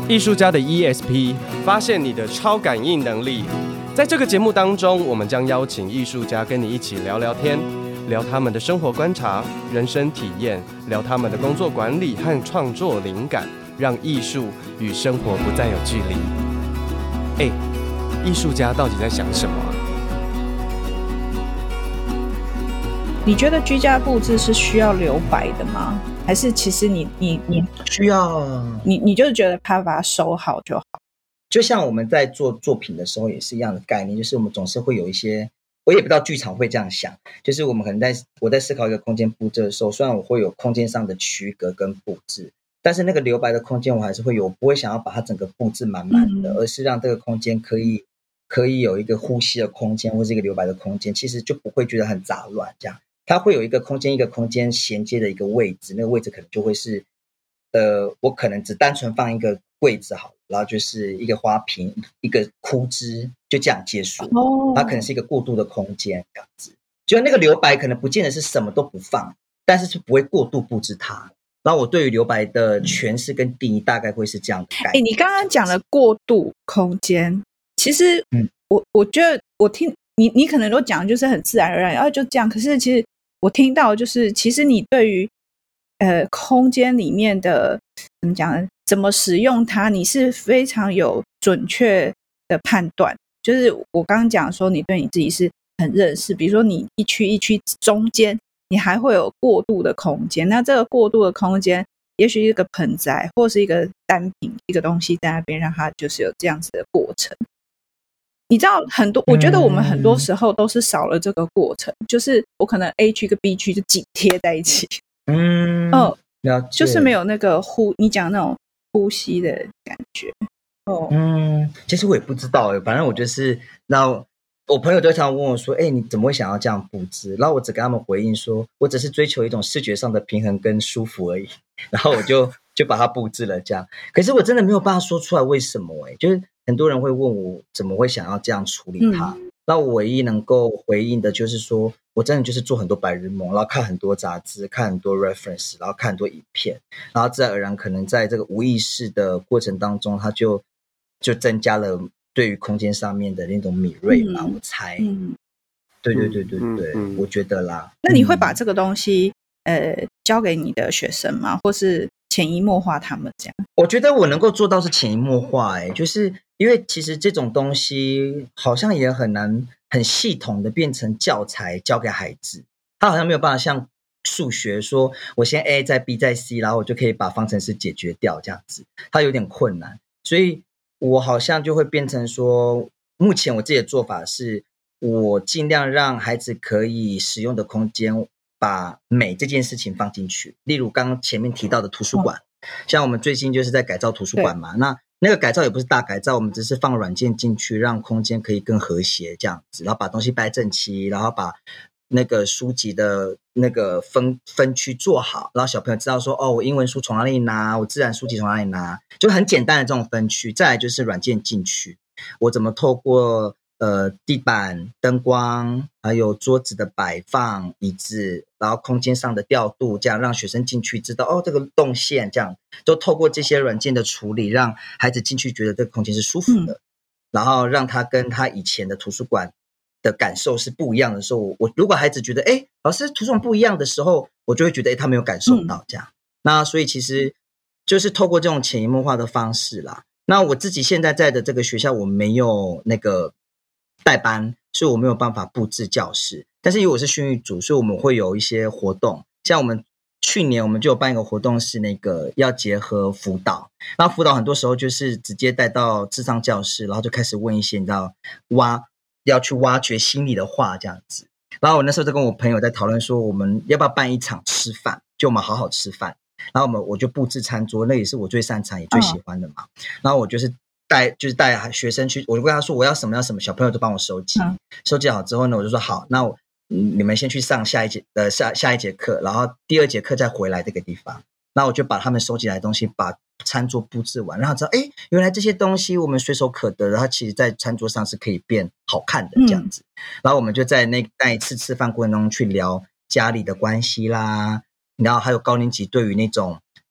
艺术家的 ESP， 发现你的超感应能力。在这个节目当中，我们将邀请艺术家跟你一起聊聊天，聊他们的生活观察、人生体验，聊他们的工作管理和创作灵感，让艺术与生活不再有距离。艺术家到底在想什么啊？ 你觉得居家布置是需要留白的吗？还是其实你需要你就是觉得他把它收好就好？ 就像我们在做作品的时候也是一样的概念，就是我们总是会有一些，我也不知道剧场会这样想，就是我们可能我在思考一个空间布置的时候，虽然我会有空间上的区隔跟布置，但是那个留白的空间我还是会有，我不会想要把它整个布置满满的，而是让这个空间可以有一个呼吸的空间，或是一个留白的空间，其实就不会觉得很杂乱这样。它会有一个空间一个空间衔接的一个位置，那个位置可能就会是我可能只单纯放一个柜子好了，然后就是一个花瓶一个枯枝，就这样结束。它可能是一个过渡的空间这样子，就那个留白可能不见得是什么都不放，但是不会过度布置它。然后我对于留白的诠释跟定义大概会是这样的概念。 你刚刚讲的过渡空间，其实我觉得我听你可能都讲就是很自然而然，然后就这样，可是其实我听到就是其实你对于空间里面的怎么讲呢，怎么使用它，你是非常有准确的判断。就是我刚刚讲说你对你自己是很认识，比如说你一区一区中间你还会有过渡的空间，那这个过渡的空间也许一个盆栽或是一个单品一个东西在那边，让它就是有这样子的过程。你知道很多，我觉得我们很多时候都是少了这个过程，就是我可能 A 区跟 B 区就紧贴在一起，就是没有那个你讲那种呼吸的感觉。 其实我也不知道反正我就是然后我朋友就常常问我说你怎么会想要这样布置，然后我只跟他们回应说我只是追求一种视觉上的平衡跟舒服而已，然后我就把它布置了这样。可是我真的没有办法说出来为什么就是很多人会问我怎么会想要这样处理它，那我唯一能够回应的就是说我真的就是做很多白日梦，然后看很多杂志，看很多 reference， 然后看很多影片，然后自然而然可能在这个无意识的过程当中，它就增加了对于空间上面的那种敏锐吧，我猜。对，我觉得啦。 那你会把这个东西交给你的学生吗？或是潜移默化他们这样？ 我觉得我能够做到是潜移默化就是因为其实这种东西好像也很难很系统的变成教材教给孩子，他好像没有办法像数学说我先 A 再 B 再 C， 然后我就可以把方程式解决掉这样子，它有点困难。所以我好像就会变成说，目前我自己的做法是我尽量让孩子可以使用的空间把美这件事情放进去。例如刚刚前面提到的图书馆，像我们最近就是在改造图书馆嘛，那个改造也不是大改造，我们只是放软件进去，让空间可以更和谐这样子，然后把东西摆整齐，然后把那个书籍的那个分区做好，然后小朋友知道说我英文书从哪里拿，我自然书籍从哪里拿，就很简单的这种分区。再来就是软件进去，我怎么透过地板、灯光，还有桌子的摆放、椅子，然后空间上的调度，这样让学生进去知道这个动线，这样都透过这些软件的处理，让孩子进去觉得这个空间是舒服的，然后让他跟他以前的图书馆的感受是不一样的时候，我如果孩子觉得老师图书馆不一样的时候，我就会觉得他没有感受到这样。那所以其实就是透过这种潜移默化的方式啦。那我自己现在在的这个学校我没有那个代班，所以我没有办法布置教室，但是因为我是训育组，所以我们会有一些活动，像我们去年我们就有办一个活动，是那个要结合辅导，然后辅导很多时候就是直接带到智商教室，然后就开始问一些你知道要去挖掘心里的话这样子。然后我那时候就跟我朋友在讨论说，我们要不要办一场吃饭，就我们好好吃饭，然后我就布置餐桌，那也是我最擅长也最喜欢的嘛。然后我就是带学生去，我就跟他说我要什么要什么，小朋友就帮我收集，收集好之后呢，我就说好，那你们先去上下一节课，然后第二节课再回来这个地方。那我就把他们收集来的东西把餐桌布置完，让他知道原来这些东西我们随手可得的，它其实在餐桌上是可以变好看的这样子。然后我们就在那一次吃饭过程中去聊家里的关系啦，然后还有高年级对于那种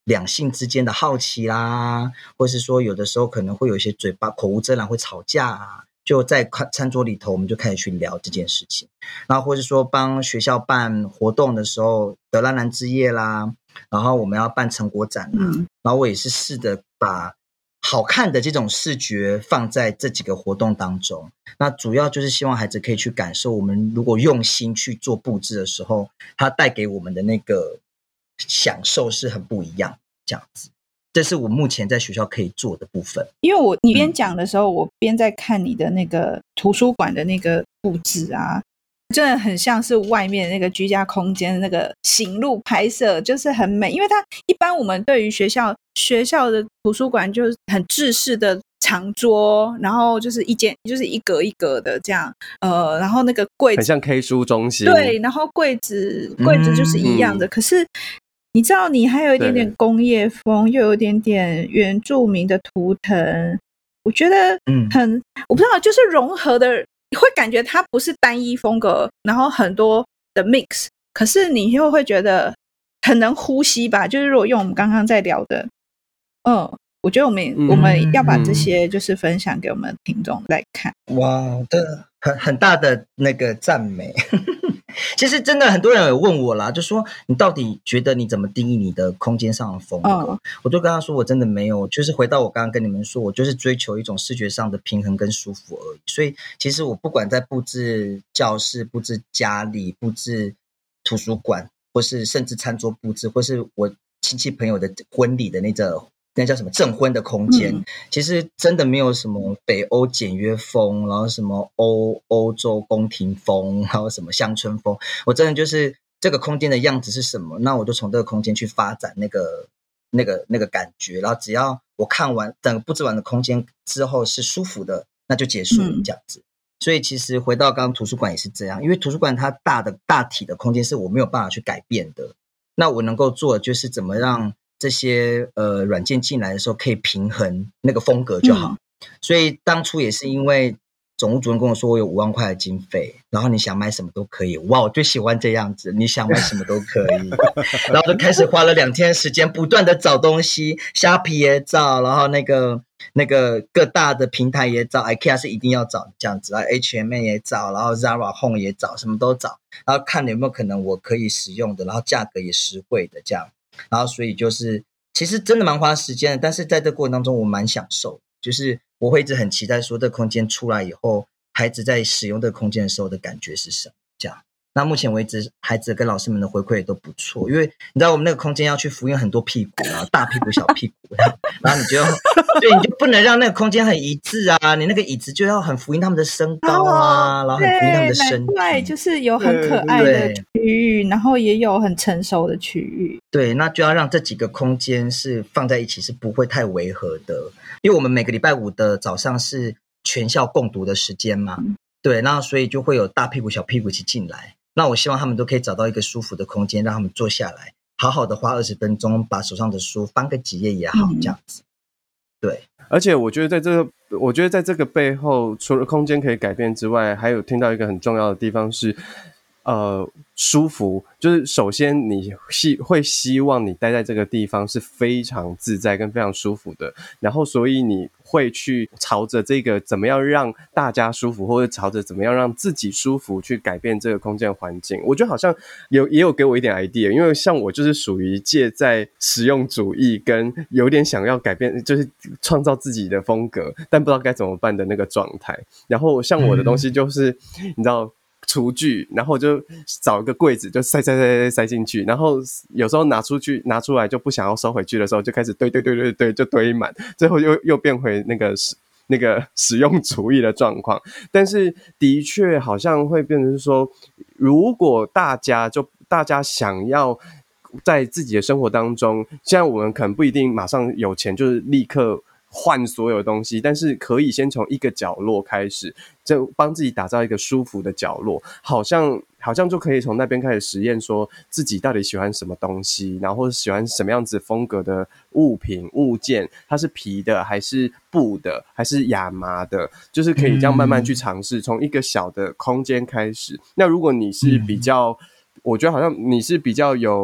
两性之间的好奇啦，或是说有的时候可能会有一些嘴巴口无遮拦会吵架啊，就在餐桌里头我们就开始去聊这件事情。然后或是说帮学校办活动的时候，德拉兰之夜啦，然后我们要办成果展啦，然后我也是试着把好看的这种视觉放在这几个活动当中，那主要就是希望孩子可以去感受我们如果用心去做布置的时候，它带给我们的那个享受是很不一样这样子。这是我目前在学校可以做的部分。 因为你边讲的时候，我边在看你的那个图书馆的那个布置啊，真的很像是外面那个居家空间的那个行路拍摄，就是很美。因为它一般我们对于学校的图书馆就是很制式的长桌，然后就是就是一格一格的这样，然后那个柜子很像 K 书中心， 对，然后柜子就是一样的，可是你知道你还有一点点工业风，又有一点点原住民的图腾，我觉得我不知道，就是融合的，你会感觉它不是单一风格，然后很多的 mix， 可是你又会觉得很能呼吸吧，就是如果用我们刚刚在聊的我觉得我们要把这些就是分享给我们听众来看。 哇，这很大的那个赞美。其实真的很多人有问我啦，就说你到底觉得你怎么定义你的空间上的风格？我就跟他说我真的没有，就是回到我刚刚跟你们说，我就是追求一种视觉上的平衡跟舒服而已。所以其实我不管在布置教室、布置家里、布置图书馆，或是甚至餐桌布置，或是我亲戚朋友的婚礼的那叫什么证婚的空间，其实真的没有什么北欧简约风，然后什么欧洲宫廷风，然后什么乡村风，我真的就是这个空间的样子是什么，那我就从这个空间去发展那个感觉，然后只要我看完整个布置完的空间之后是舒服的，那就结束了这样子。所以其实回到刚刚图书馆也是这样，因为图书馆它大体的空间是我没有办法去改变的，那我能够做的就是怎么让这些软件进来的时候可以平衡那个风格就好。所以当初也是因为总务主任跟我说我有5万块的经费，然后你想买什么都可以，哇，我就喜欢这样子，你想买什么都可以。然后就开始花了2天时间不断的找东西，虾皮也找，然后那个各大的平台也找， IKEA 是一定要找这样子，然后 H&M 也找，然后 Zara Home 也找，什么都找，然后看有没有可能我可以使用的，然后价格也实惠的这样。然后所以就是其实真的蛮花时间的，但是在这过程当中我蛮享受，就是我会一直很期待说这个空间出来以后，孩子在使用这个空间的时候的感觉是什么这样。那目前为止孩子跟老师们的回馈也都不错，因为你知道我们那个空间要去服务很多屁股，然后大屁股小屁股，然后你就不能让那个空间很一致啊，你那个椅子就要很服膺他们的身高啊，然后很服膺他们的身体， 对，就是有很可爱的区域，然后也有很成熟的区域， 对，那就要让这几个空间是放在一起是不会太违和的，因为我们每个礼拜5的早上是全校共读的时间嘛，对，那所以就会有大屁股小屁股一起进来，那我希望他们都可以找到一个舒服的空间，让他们坐下来好好的花20分钟把手上的书翻个几页也好，这样子。对， 而且我觉得在这个背后，除了空间可以改变之外，还有听到一个很重要的地方是舒服，就是首先你会希望你待在这个地方是非常自在跟非常舒服的，然后所以你会去朝着这个怎么样让大家舒服，或者朝着怎么样让自己舒服去改变这个空间环境。我觉得好像也有给我一点 idea， 因为像我就是属于介在实用主义跟有点想要改变，就是创造自己的风格，但不知道该怎么办的那个状态。然后像我的东西就是你知道厨具，然后就找一个柜子就塞进去，然后有时候拿出来就不想要收回去的时候就开始堆就堆满，最后又变回那个使用主义的状况。但是的确好像会变成说，如果大家想要在自己的生活当中，现在我们可能不一定马上有钱就是立刻换所有东西，但是可以先从一个角落开始，就帮自己打造一个舒服的角落，好像就可以从那边开始实验说自己到底喜欢什么东西，然后或者喜欢什么样子风格的物品物件，它是皮的还是布的还是亚麻的，就是可以这样慢慢去尝试，从一个小的空间开始。那如果你是比较我觉得好像你是比较有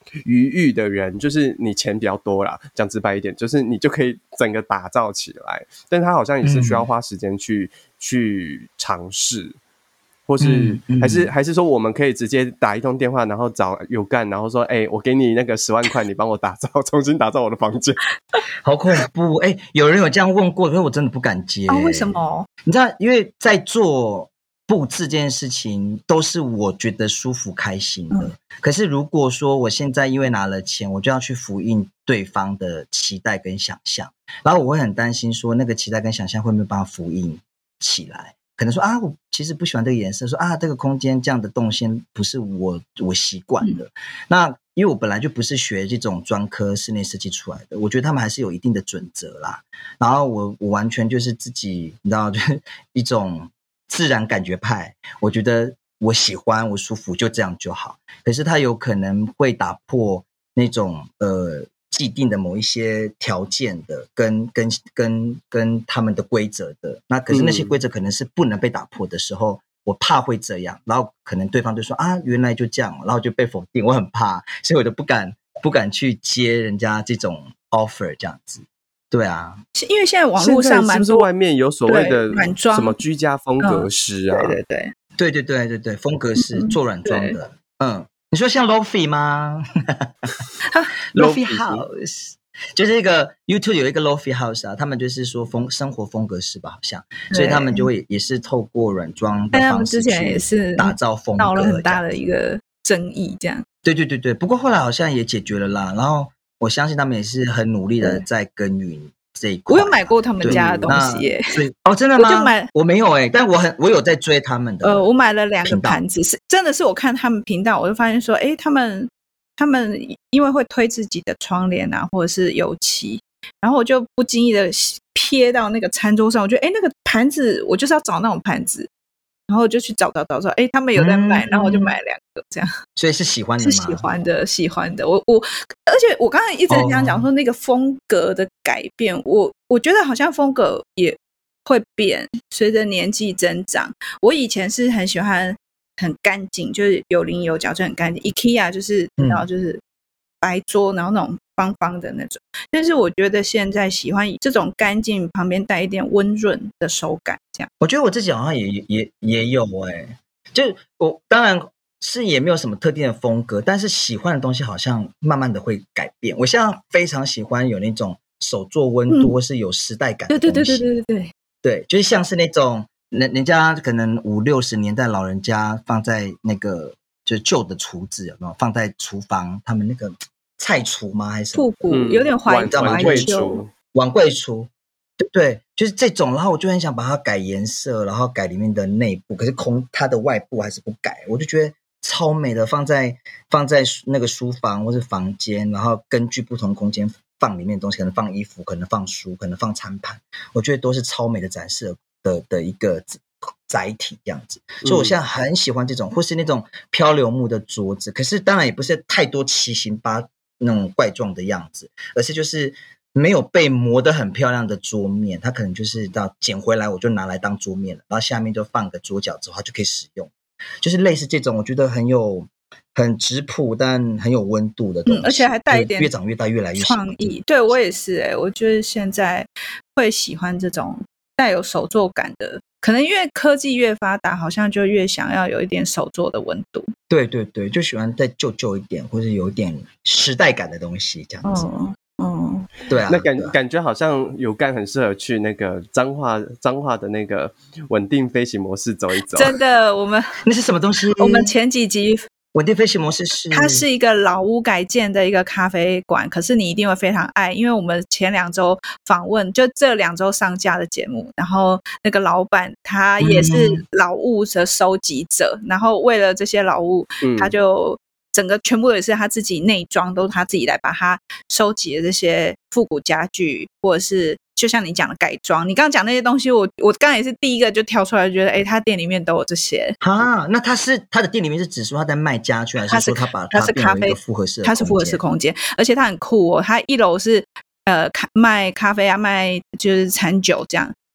余裕的人，就是你钱比较多啦，讲直白一点，就是你就可以整个打造起来。但他好像也是需要花时间去尝试。或是还是说，我们可以直接打一通电话，然后找有干，然后说，我给你那个10万块，你帮我重新打造我的房间。 好恐怖！有人有这样问过，可是我真的不敢接。 为什么？ 你知道，因为在做布置这件事情，都是我觉得舒服开心的。可是如果说我现在因为拿了钱，我就要去符应对方的期待跟想象，然后我会很担心说，那个期待跟想象会没有办法符应起来。可能说我其实不喜欢这个颜色，说这个空间这样的动线不是我习惯的。那因为我本来就不是学这种专科室内设计出来的，我觉得他们还是有一定的准则啦。然后我完全就是自己，你知道，就是一种自然感觉派。我觉得我喜欢，我舒服，就这样就好。可是它有可能会打破那种既定的某一些条件的跟他们的规则的，那可是那些规则可能是不能被打破的时候，我怕会这样，然后可能对方就说原来就这样，然后就被否定，我很怕，所以我就不敢去接人家这种 offer 这样子。对啊， 因为现在网络上蛮多， 是不是外面有所谓的软装什么居家风格师啊？ 对， 风格师做软装的，你说像 Lofi 吗？Lofi House 就是一个 YouTube 有一个 Lofi House 啊，他们就是说生活风格师吧，好像，所以他们就会也是透过软装的方式去打造风格， 闹了很大的一个争议，这样。 对，不过后来好像也解决了啦。然后我相信他们也是很努力的在耕耘这一块。 我有买过他们家的东西耶。 真的吗？ 我就买， 我没有但我有在追他们的。 我买了2个盘子，真的是我看他们频道，我就发现说，他们因为会推自己的窗帘啊，或者是油漆，然后我就不经意的瞥到那个餐桌上，我觉得那个盘子我就是要找那种盘子，然后我就去找，他们有在卖，然后我就买了2个这样。 所以是喜欢的吗？ 是喜欢的。而且我刚才一直很想讲说那个风格的改变，我觉得好像风格也会变，随着年纪增长。我以前是很喜欢很干净，就是有棱有角就很干净。IKEA 就是然后就是白桌，然后那种方方的那种。但是我觉得现在喜欢这种干净，旁边带一点温润的手感，这样。 我觉得我自己好像也有就我当然是也没有什么特定的风格，但是喜欢的东西好像慢慢的会改变。我现在非常喜欢有那种手作温度或是有时代感的东西。对，就是像是那种人家可能50-60年代老人家放在那个就是旧的厨子，有没有放在厨房？他们那个菜厨吗？还是复古，有点怀旧， 碗柜厨，对，就是这种。然后我就很想把它改颜色，然后改里面的内部，可是它的外部还是不改，我就觉得超美的，放在那个书房或是房间，然后根据不同空间放里面的东西，可能放衣服，可能放书，可能放餐盘，我觉得都是超美的展示的一个载体这样子。所以我现在很喜欢这种，或是那种漂流木的桌子，可是当然也不是太多奇形八那种怪状的样子，而是就是没有被磨得很漂亮的桌面，它可能就是到捡回来我就拿来当桌面了，然后下面就放个桌角之后它就可以使用，就是类似这种，我觉得很质朴但很有温度的东西， 而且还带一点越长越大，越来越创意。对，我也是我觉得现在会喜欢这种带有手作感的，可能因为科技越发达，好像就越想要有一点手作的温度。 对，就喜欢再旧一点，或者有点时代感的东西这样子。对啊， 那感觉好像有干很适合去那个彰化的那个稳定飞行模式走一走。 真的， 那是什么东西？ 我们前几集稳定飞行模式它是一个老屋改建的一个咖啡馆，可是你一定会非常爱，因为我们前2周访问，就这2周上架的节目，然后那个老板他也是老物的收集者，然后为了这些老物，他就整个全部也是他自己内装，都是他自己来把他收集的这些复古家具，或者是就像你讲的改装，你刚刚讲那些东西，我刚刚也是第一个就跳出来，觉得他店里面都有这些。 那他的店里面是指说他在卖家具，还是说他把它变成一个复合式的空间？ 它是复合式空间，而且它很酷它1楼是卖咖啡啊，卖就是餐酒这样，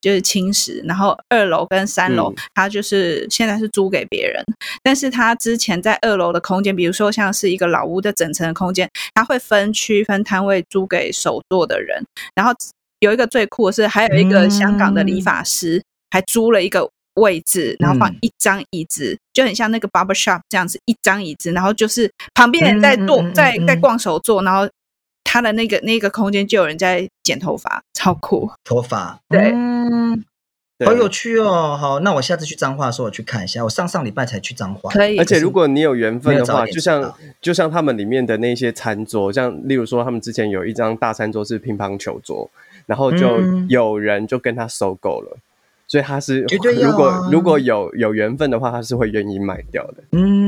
就是侵蚀，然后2楼跟3楼它就是现在是租给别人，但是它之前在2楼的空间，比如说像是一个老屋的整层的空间，它会分区分摊位租给手作的人，然后有一个最酷的是还有一个香港的理发师还租了一个位置，然后放一张椅子，就很像那个 barber shop 这样子，一张椅子，然后就是旁边人在逛手作，然后他的那个空间就有人在剪头发，超酷。 头发， 对， 好有趣哦。好，那我下次去彰化的时候我去看一下，我上礼拜才去彰化。 可以。 而且如果你有缘分的话，就像他们里面的那些餐桌，像例如说他们之前有一张大餐桌是乒乓球桌，然后就有人就跟他收购了，所以他是如果有缘分的话，他是会愿意卖掉的。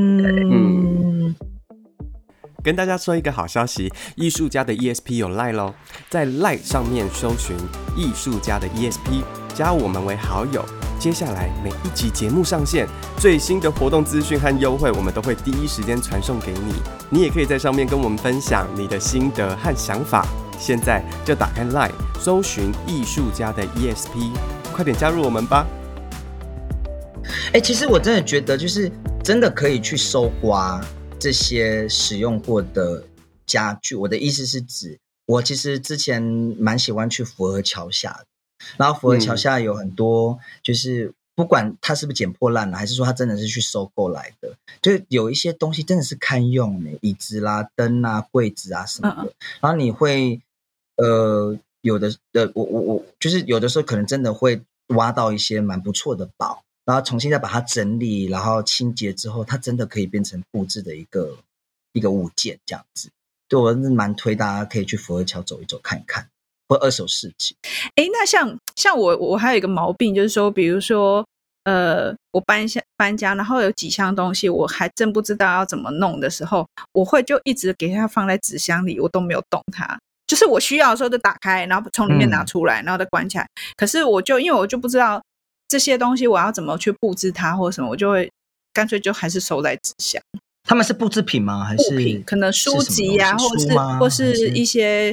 跟大家说一个好消息，艺术家的 ESP 有 LINE 咯，在 LINE 上面搜寻艺术家的 ESP， 加我们为好友。接下来每一集节目上线，最新的活动资讯和优惠，我们都会第一时间传送给你。你也可以在上面跟我们分享你的心得和想法。现在就打开 LINE， 搜寻艺术家的 ESP， 快点加入我们吧。 其实我真的觉得，就是真的可以去搜刮这些使用过的家具。我的意思是指，我其实之前蛮喜欢去福和桥下的，然后福和桥下有很多，就是不管它是不是捡破烂了，还是说它真的是去收购来的，就有一些东西真的是堪用的，椅子啦、灯啊、柜子啊什么的。然后你会有的我就是有的时候可能真的会挖到一些蛮不错的宝。然后重新再把它整理，然后清洁之后，它真的可以变成布置的一个物件这样子。对，我是蛮推大家可以去福和桥走一走看一看，或二手市集。 那像我还有一个毛病，就是说，比如说我搬家，然后有几箱东西我还真不知道要怎么弄的时候，我会就一直给它放在纸箱里，我都没有动它。就是我需要的时候就打开，然后从里面拿出来，然后再关起来。可是因为我就不知道这些东西我要怎么去布置它或什么，我就会干脆就还是在纸箱。 他们是布置品吗？还是物品？可能书籍啊，或是一些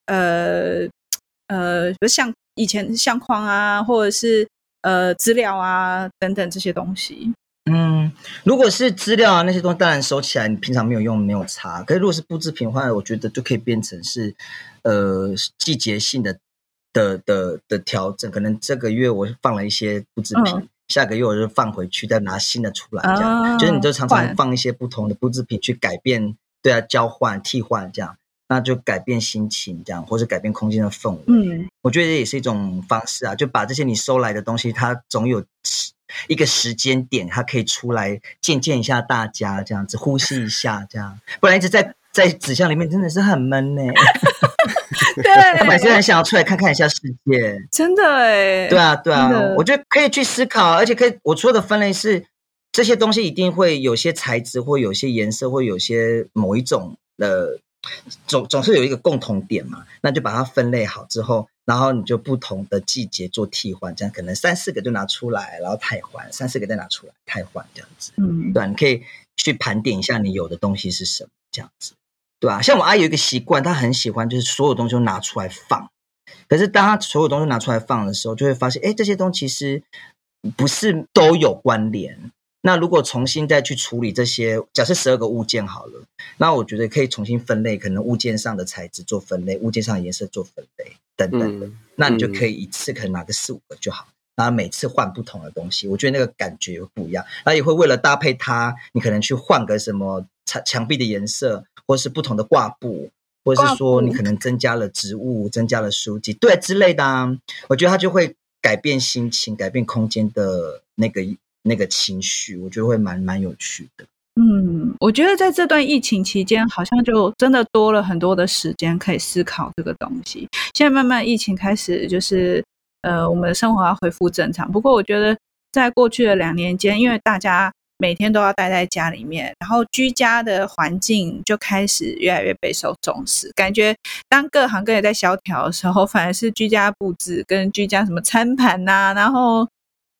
比如像以前相框啊，或者是资料啊等等这些东西。 如果是资料啊那些东西，当然收起来，你平常没有用没有差。可是如果是布置品的话，我觉得就可以变成是季节性的调整。可能这个月我放了一些布置品，下个月我就放回去，再拿新的出来，这样就是你就常常放一些不同的布置品去改变，对啊，交换替换这样，那就改变心情这样，或是改变空间的氛围。我觉得这也是一种方式啊，就把这些你收来的东西，它总有一个时间点，它可以出来见一下大家，这样子呼吸一下，这样，不然一直在纸箱里面真的是很闷呢。 对， 他本身很想要出来看看一下世界， 真的耶。 对啊，我觉得可以去思考，而且我说的分类是这些东西一定会有些材质，或有些颜色，或有些某一种总是有一个共同点嘛，那就把它分类好之后，然后你就不同的季节做替换，这样可能3-4个就拿出来，然后汰换，3-4个再拿出来汰换，这样子。对啊，你可以去盘点一下你有的东西是什么，这样子。对吧？像我阿姨有一个习惯，她很喜欢就是所有东西都拿出来放。可是当她所有东西拿出来放的时候，就会发现，这些东西其实不是都有关联。那如果重新再去处理这些，假设12个物件好了，那我觉得可以重新分类，可能物件上的材质做分类，物件上的颜色做分类等等的。那你就可以一次可能拿个4-5个就好。然后每次换不同的东西，我觉得那个感觉不一样。然后也会为了搭配它，你可能去换个什么墙壁的颜色，或是不同的挂布，或是说你可能增加了植物，增加了书籍，对之类的啊。我觉得它就会改变心情，改变空间的那个情绪，我觉得会蛮有趣的。 我觉得在这段疫情期间，好像就真的多了很多的时间可以思考这个东西。现在慢慢疫情开始，就是我们的生活要恢复正常。不过我觉得在过去的2年间，因为大家每天都要待在家里面，然后居家的环境就开始越来越备受重视。感觉当各行各业在萧条的时候，反而是居家布置跟居家什么餐盘啊，然后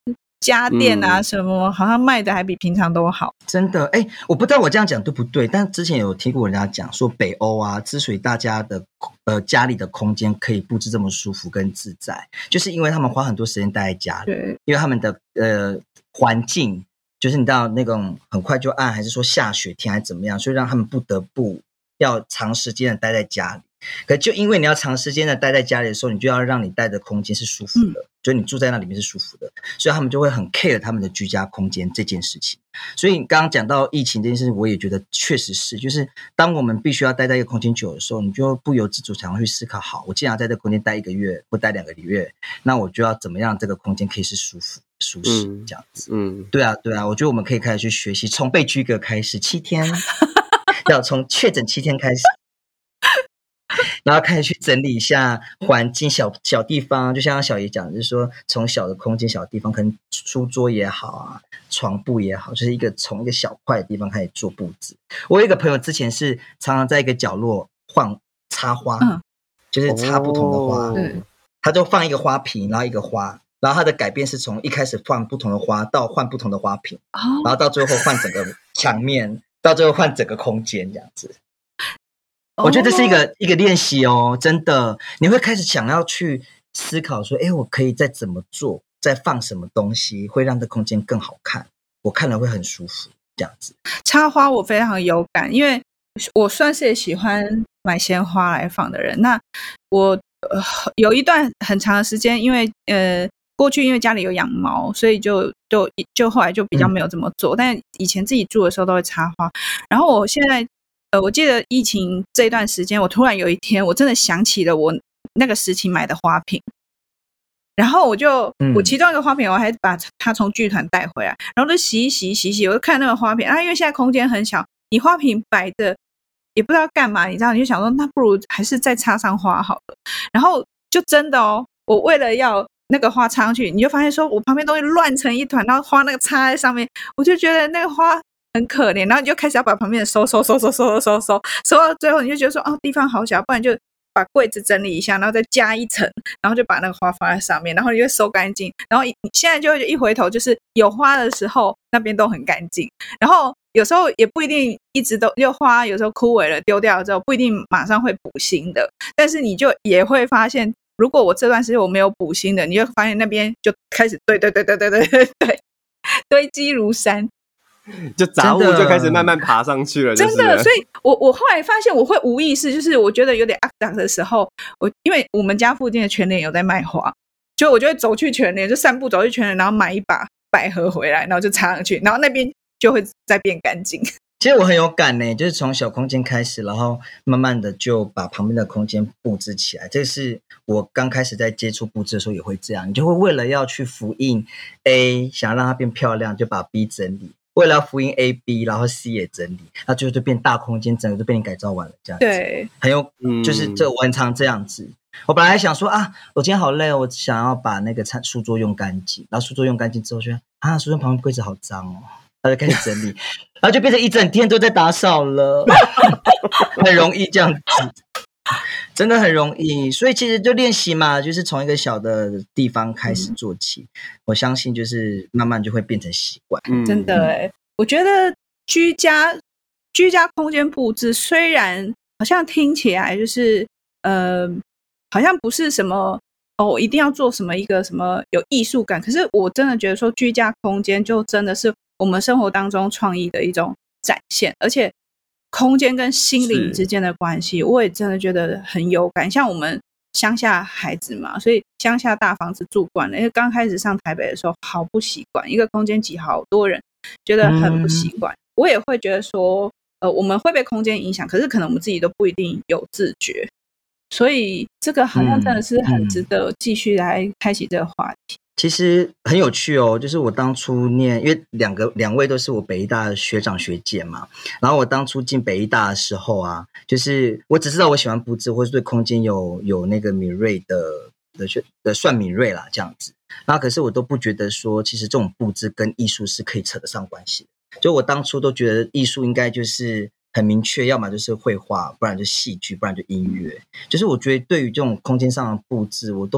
家电啊什么，好像卖的还比平常都好。 真的，我不知道我这样讲对不对，但之前有听过人家讲说，北欧啊，之所以大家的家里的空间可以布置这么舒服跟自在，就是因为他们花很多时间待在家里， 对， 因为他们的环境就是你知道那种很快就暗，还是说下雪天还是怎么样，所以让他们不得不要长时间的待在家里。可就因为你要长时间的待在家里的时候，你就要让你待的空间是舒服的，就是你住在那里面是舒服的，所以他们就会很 care 他们的居家空间这件事情。所以你刚刚讲到疫情这件事，我也觉得确实是，就是当我们必须要待在一个空间久的时候，你就不由自主想要去思考，好，我既然要在这个空间待1个月或待2个月，那我就要怎么样这个空间可以是舒服舒适这样子。对啊，我觉得我们可以开始去学习，从被居隔开始7天要从确诊7天开始然后开始去整理一下环境，小地方，就像小爷讲的，就是说从小的空间、小地方，可能书桌也好啊，床布也好，就是从一个小块的地方开始做布置。我有一个朋友之前是常常在一个角落插花，就是插不同的花，他就放一个花瓶，然后一个花，然后他的改变是从一开始换不同的花，到换不同的花瓶，然后到最后换整个墙面，到最后换整个空间这样子。我觉得这是一个练习哦，真的，你会开始想要去思考说，我可以再怎么做，再放什么东西会让这空间更好看，我看了会很舒服这样子。 插花我非常有感，因为我算是也喜欢买鲜花来放的人。那我有一段很长的时间，因为过去因为家里有养猫，所以就后来就比较没有这么做，但以前自己住的时候都会插花。然后我现在我记得疫情这段时间，我突然有一天我真的想起了我那个时期买的花瓶，然后我其中一个花瓶我还把它从剧团带回来，然后就洗，我就看那个花瓶因为现在空间很小，你花瓶摆着也不知道干嘛，你知道，你就想说那不如还是再插上花好了。然后就真的我为了要那个花插上去，你就发现说我旁边东西乱成一团，然后花那个插在上面，我就觉得那个花很可怜，然后你就开始要把旁边的收到最后，你就觉得说地方好小，不然就把柜子整理一下，然后再加一层，然后就把那个花放在上面，然后你就收干净。然后你现在就一回头，就是有花的时候那边都很干净，然后有时候也不一定一直都有花，有时候枯萎了丢掉了之后不一定马上会补新的，但是你就也会发现，如果我这段时间我没有补新的，你就发现那边就开始对堆积如山， 就杂物就开始慢慢爬上去了， 真的。所以我后来发现，我会无意识，就是我觉得有点肮脏的时候，因为我们家附近的全联有在卖花，就我就会走去全联，就散步走去全联，然后买一把百合回来，然后就插上去，然后那边就会再变干净。 其实我很有感呢，就是从小空间开始，然后慢慢的就把旁边的空间布置起来。这是我刚开始在接触布置的时候也会这样，你就会为了要去符应 A， 想要让它变漂亮，就把 B 整理。为了要符应 A、B， 然后 C 也整理，那最后就变大空间，整个都被你改造完了，这样子。 对， 很有，就是我很常这样子。我本来想说我今天好累，我想要把那个书桌用干净，然后书桌用干净之后，觉得书桌旁边柜子好脏哦，然后就开始整理，然后就变成一整天都在打扫了，很容易这样子。真的很容易，所以其实就练习嘛，就是从一个小的地方开始做起，我相信就是慢慢就会变成习惯。 真的我觉得居家空间布置虽然好像听起来就是好像不是什么一定要做什么一个什么有艺术感，可是我真的觉得说居家空间就真的是我们生活当中创意的一种展现，而且空间跟心灵之间的关系，我也真的觉得很有感。像我们乡下孩子嘛，所以乡下大房子住惯了，因为刚开始上台北的时候好不习惯，一个空间挤好多人，觉得很不习惯。我也会觉得说我们会被空间影响，可是可能我们自己都不一定有自觉，所以这个好像真的是很值得继续来开启这个话题。 其实很有趣哦，就是我当初念，因为两位都是我北医大的学长学姐嘛，然后我当初进北医大的时候就是我只知道我喜欢布置，或是对空间有那个敏锐的算敏锐啦这样子，然后可是我都不觉得说其实这种布置跟艺术是可以扯得上关系的，就我当初都觉得艺术应该就是很明确，要么就是绘画，不然就戏剧，不然就音乐，就是我觉得对于这种空间上的布置，我都不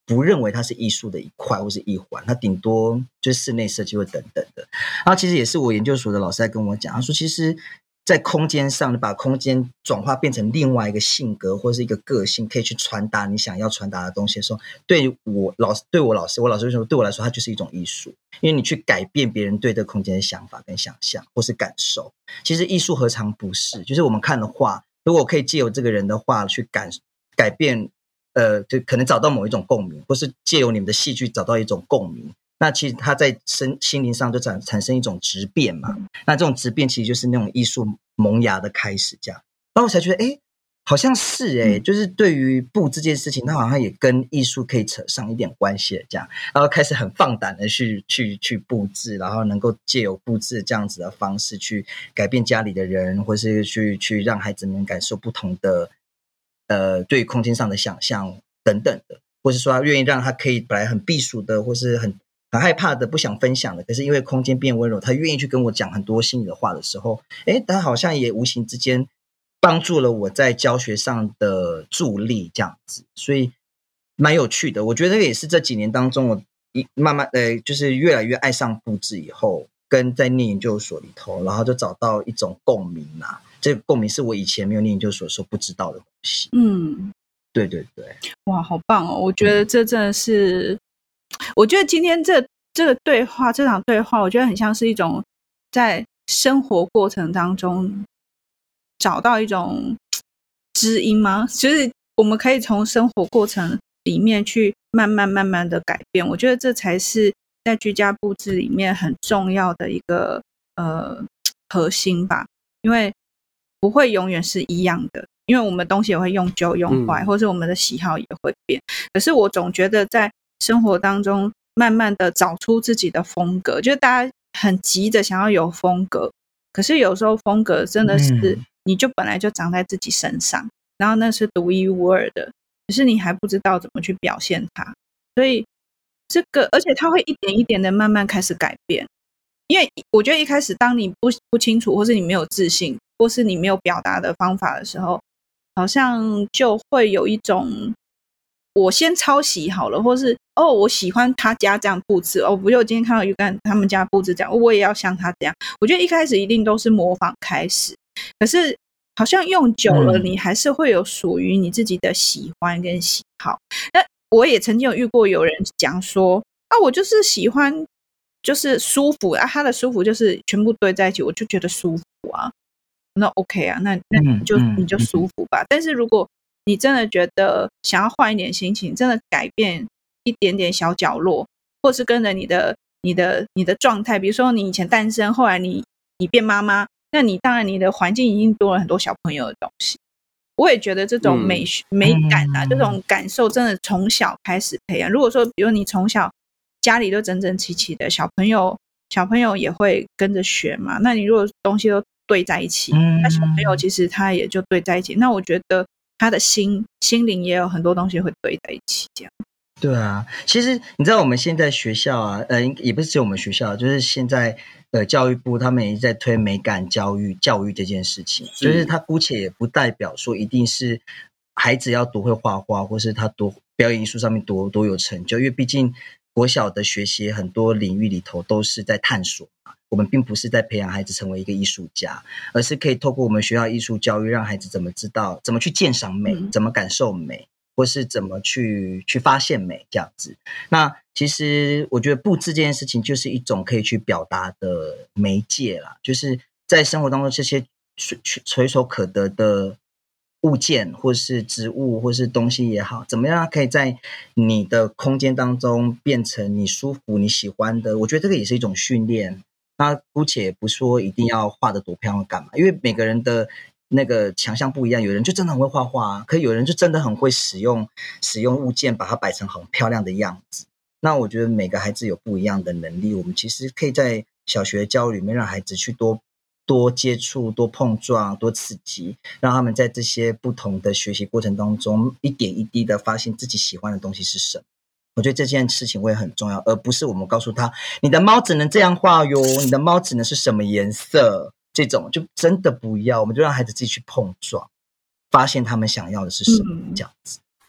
不认为它是艺术的一块或是一环，它顶多就是室内设计或等等的。然后其实也是我研究所的老师在跟我讲，他说其实在空间上，你把空间转化变成另外一个性格或是一个个性，可以去传达你想要传达的东西的时候，我老师为什么对我来说它就是一种艺术，因为你去改变别人对这个空间的想法跟想象或是感受。其实艺术何尝不是，就是我们看的画，如果可以借由这个人的画去改变就可能找到某一种共鸣，或是借由你们的戏剧找到一种共鸣，那其实它在心灵上就产生一种质变嘛。那这种质变其实就是那种艺术萌芽的开始，这样。然后我才觉得好像是就是对于布这件事情，它好像也跟艺术可以扯上一点关系的这样。然后开始很放胆的去布置，然后能够借由布置这样子的方式去改变家里的人，或是去让孩子们感受不同的对于空间上的想象等等的，或是说他愿意让他可以本来很避暑的，或是很害怕的，不想分享的，可是因为空间变温柔，他愿意去跟我讲很多心里的话的时候，他好像也无形之间帮助了我在教学上的助力这样子，所以蛮有趣的。我觉得也是这几年当中，我慢慢就是越来越爱上布置以后，跟在念研究所里头，然后就找到一种共鸣啊。这个共鸣是我以前没有念研究所的时候不知道的东西。对对对， 哇，好棒哦！我觉得这真的是，我觉得今天这个对话，这场对话，我觉得很像是一种在生活过程当中找到一种知音吗？就是我们可以从生活过程里面去慢慢的改变。我觉得这才是在居家布置里面很重要的一个核心吧，因为不会永远是一样的。因为我们东西也会用旧用坏，或是我们的喜好也会变。可是我总觉得在生活当中慢慢的找出自己的风格，就是大家很急着想要有风格，可是有时候风格真的是你就本来就长在自己身上，然后那是独一无二的，可是你还不知道怎么去表现它。所以这个，而且它会一点一点的慢慢开始改变。因为我觉得一开始当你不清楚，或是你没有自信，或是你没有表达的方法的时候，好像就会有一种我先抄袭好了，或是我喜欢他家这样布置，我今天看到鱼竿他们家布置这样，我也要像他这样。我觉得一开始一定都是模仿开始，可是好像用久了，你还是会有属于你自己的喜欢跟喜好。那我也曾经有遇过有人讲说我就是喜欢就是舒服啊，他的舒服就是全部堆在一起，我就觉得舒服啊。那 OK 啊，那你就舒服吧。但是如果你真的觉得想要换一点心情，真的改变一点点小角落，或是跟着你的状态，比如说你以前单身，后来你变妈妈，那你当然你的环境已经多了很多小朋友的东西。我也觉得这种美感啊，这种感受真的从小开始培养。如果说比如你从小家里都整整齐齐的，小朋友也会跟着学嘛。那你如果东西都对在一起，那小朋友其实他也就对在一起。那我觉得他的心灵也有很多东西会对在一起，这样。 对啊，其实你知道我们现在学校啊，也不是只有我们学校，就是现在教育部他们也在推美感教育这件事情，就是他姑且也不代表说一定是孩子要多会画画，或是他多表演艺术上面多有成就，因为毕竟国小的学习很多领域里头都是在探索嘛，我们并不是在培养孩子成为一个艺术家，而是可以透过我们学校艺术教育，让孩子怎么知道怎么去鉴赏美，怎么感受美，或是怎么去发现美这样子。那其实我觉得布置这件事情就是一种可以去表达的媒介啦，就是在生活当中这些随手可得的物件或是植物或是东西也好，怎么样可以在你的空间当中变成你舒服你喜欢的，我觉得这个也是一种训练。那姑且不说一定要画得多漂亮干嘛，因为每个人的那个强项不一样，有人就真的很会画画可有人就真的很会使用物件把它摆成很漂亮的样子。那我觉得每个孩子有不一样的能力，我们其实可以在小学教育里面让孩子去多接触多碰撞多刺激，让他们在这些不同的学习过程当中一点一滴的发现自己喜欢的东西是什么。我觉得这件事情会很重要，而不是我们告诉他你的猫只能这样画哟，你的猫只能是什么颜色，这种就真的不要，我们就让孩子自己去碰撞，发现他们想要的是什么，这样子。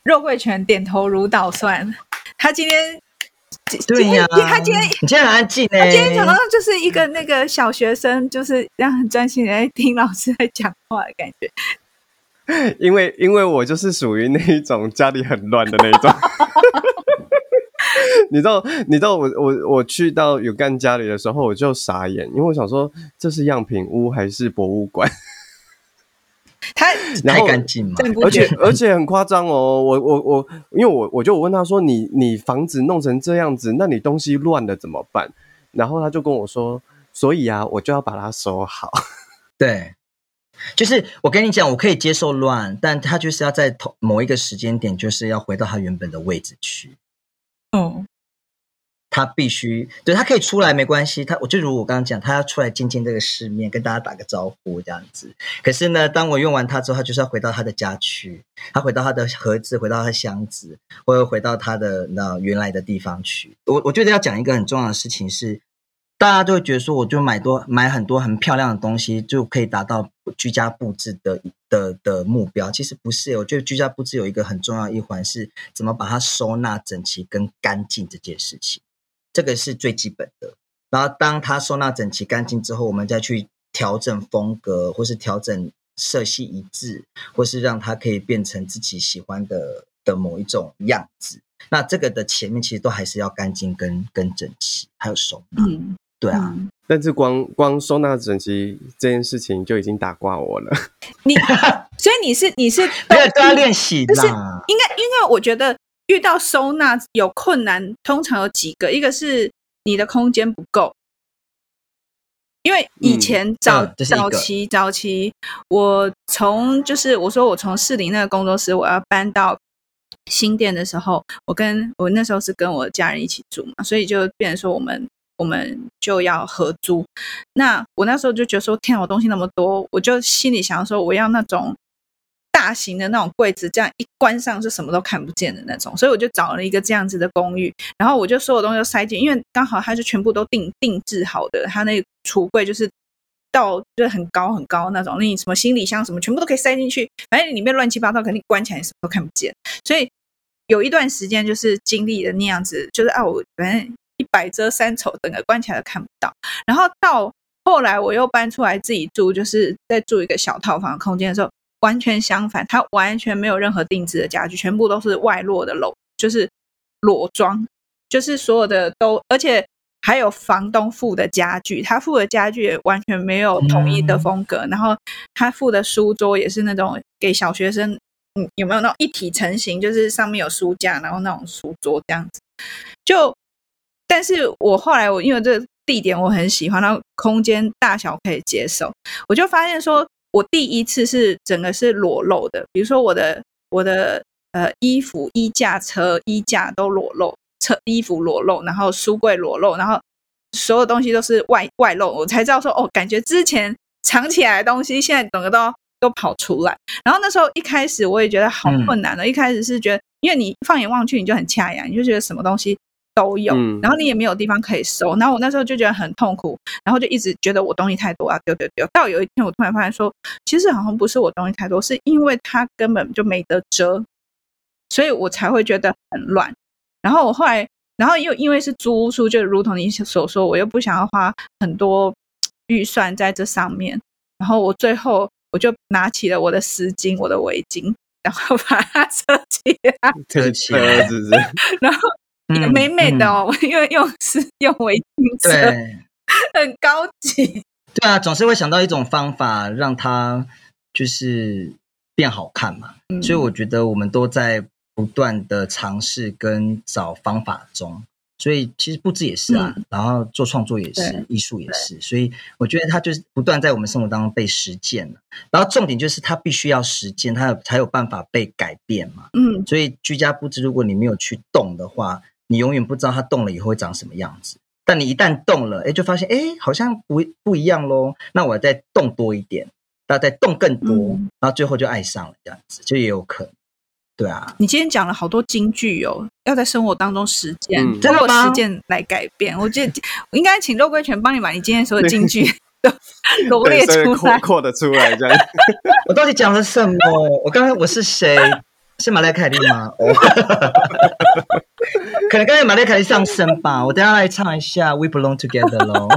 肉桂犬点头如捣蒜。他今天， 对呀， 他今天你今天很安静呢。 他今天好像就是一个那个小学生，就是让很专心的在听老师在讲话的感觉。 因为我就是属于那一种家里很乱的那一种。你知道我去到有干家里的时候，我就傻眼，因为我想说这是样品屋还是博物馆？ 太干净嘛， 而且很夸张哦。因为我就问他说，你房子弄成这样子，那你东西乱了怎么办？然后他就跟我说，所以啊，我就要把它收好。 对，就是我跟你讲，我可以接受乱，但他就是要在某一个时间点，就是要回到他原本的位置去。他必须，对，他可以出来没关系，我就如我刚刚讲，他要出来见见这个世面，跟大家打个招呼这样子。可是呢，当我用完他之后，他就是要回到他的家去，他回到他的盒子，回到他的箱子，或者回到他的原来的地方去。我觉得要讲一个很重要的事情是，大家都会觉得说，我就买很多很漂亮的东西，就可以达到居家布置的目标。其实不是，我觉得居家布置有一个很重要的一环是怎么把它收纳整齐跟干净这件事情。这个是最基本的，然后当它收纳整齐干净之后，我们再去调整风格，或是调整色系一致，或是让它可以变成自己喜欢的某一种样子。那这个的前面其实都还是要干净跟整齐，还有收纳。对啊。 但是光收纳整齐这件事情就已经打挂我了。 所以你是没有都要练习啦。 因为我觉得。遇到收纳有困难，通常有几个，一个是你的空间不够，因为以前早期，我从士林那个工作室，我要搬到新店的时候，我那时候是跟我家人一起住嘛，所以就变成说我们就要合租。那我那时候就觉得说，天啊，我东西那么多，我就心里想说，我要那种。大型的那种柜子，这样一关上是什么都看不见的那种，所以我就找了一个这样子的公寓，然后我就所有东西都塞进，因为刚好它是全部都定制好的，它那个橱柜就是就很高很高那种，你什么行李箱什么全部都可以塞进去，反正里面乱七八糟，肯定关起来什么都看不见。所以有一段时间就是经历了那样子，就是我反正100遮3丑，整个关起来都看不到。然后到后来我又搬出来自己住，就是在住一个小套房的空间的时候。完全相反，它完全没有任何定制的家具，全部都是外露的就是裸装，就是所有的都，而且还有房东付的家具，他付的家具也完全没有统一的风格，然后他付的书桌也是那种给小学生，有没有那种一体成型，就是上面有书架，然后那种书桌这样子。但是我后来因为这个地点我很喜欢，然后空间大小可以接受，我就发现说。我第一次是整个是裸露的，比如说我的衣服、衣架都裸露，衣服裸露，然后书柜裸露，然后所有东西都是外露，我才知道说感觉之前藏起来的东西，现在整个都跑出来。然后那时候一开始我也觉得好困难的，一开始是觉得，因为你放眼望去你就很恰牙，你就觉得什么东西。都有，然后你也没有地方可以收，然后我那时候就觉得很痛苦，然后就一直觉得我东西太多啊，丢。到有一天我突然发现说，其实好像不是我东西太多，是因为它根本就没得遮，所以我才会觉得很乱。然后我后来，然后又因为是租屋处，就如同你所说，我又不想要花很多预算在这上面，然后我最后我就拿起了我的丝巾、我的围巾，然后把它遮起来，然后。也美美的因为用围巾遮，对，很高级。 对啊，总是会想到一种方法让它就是变好看嘛。所以我觉得我们都在不断的尝试跟找方法中。所以其实布置也是啊，然后做创作也是，艺术也是。所以我觉得它就是不断在我们生活当中被实践了。然后重点就是它必须要实践，它才有办法被改变嘛。所以居家布置，如果你没有去动的话。你永远不知道它动了以后会长什么样子，但你一旦动了，就发现好像不一样咯。那我再动多一点，那再动更多，然后最后就爱上了这样子，就也有可能。对啊， 你今天讲了好多金句要在生活当中实践，通过实践来改变。我觉得应该请肉桂犬帮你把你今天所有金句都罗列出来， 扩得出来这样。 我到底讲了什么？我是谁？ 是马丽凯莉吗？哦，可能刚才马丽凯莉上身吧，我等一下来唱一下《We Belong Together》咯。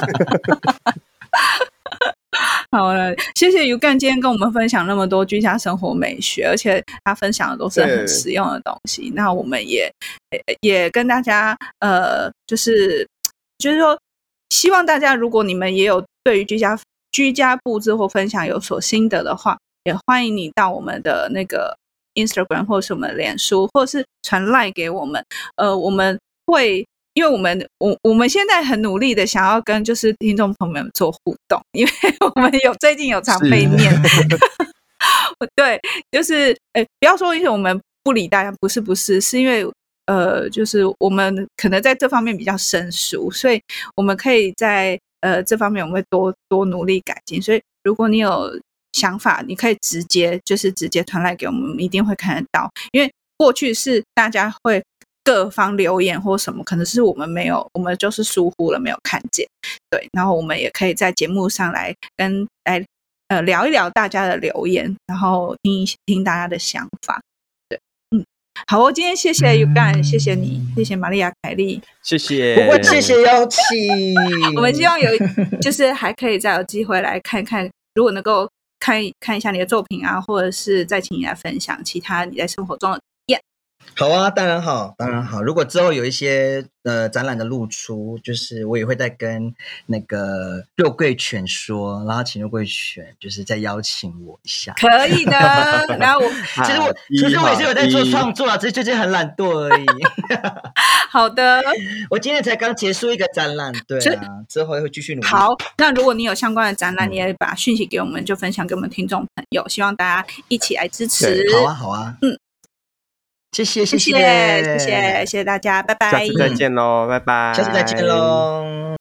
好了，谢谢U干今天跟我们分享那么多居家生活美学，而且他分享的都是很实用的东西。那我们也跟大家就是说，希望大家如果你们也有对于居家布置或分享有所心得的话，也欢迎你到我们的那个 Instagram 或是我们的脸书，或是传 LINE 给我们。我们会。因为我们现在很努力的想要跟就是听众朋友们做互动，因为我们最近有常被念，对，就是不要说因为我们不理大家，不是，是因为就是我们可能在这方面比较生疏，所以我们可以在这方面我们会多努力改进。所以如果你有想法，你可以直接传来给我们，我们一定会看得到。因为过去是大家会各方留言或什么，可能是我们没有，我们就是疏忽了，没有看见。对，然后我们也可以在节目上来聊一聊大家的留言，然后听一听大家的想法。对，好哦，今天谢谢 U干，谢谢你，谢谢玛利亚凯莉， 谢谢。 不过谢谢邀请， 我们希望就是还可以再有机会来看看，如果能够看一下你的作品啊，或者是再请你来分享其他你在生活中的。 好啊，当然好。如果之后有一些展览的露出，就是我也会再跟那个肉桂犬说，然后请肉桂犬就是再邀请我一下。 可以的。然后其实我也是有在做创作啊，只是最近很懒惰而已。 好的， 我今天才刚结束一个展览，对啊，之后会继续努力。 好，那如果你有相关的展览，你也把讯息给我们，就分享给我们听众朋友，希望大家一起来支持。 好啊，谢谢大家，拜拜。 下次再见喽，拜拜。 下次再见喽。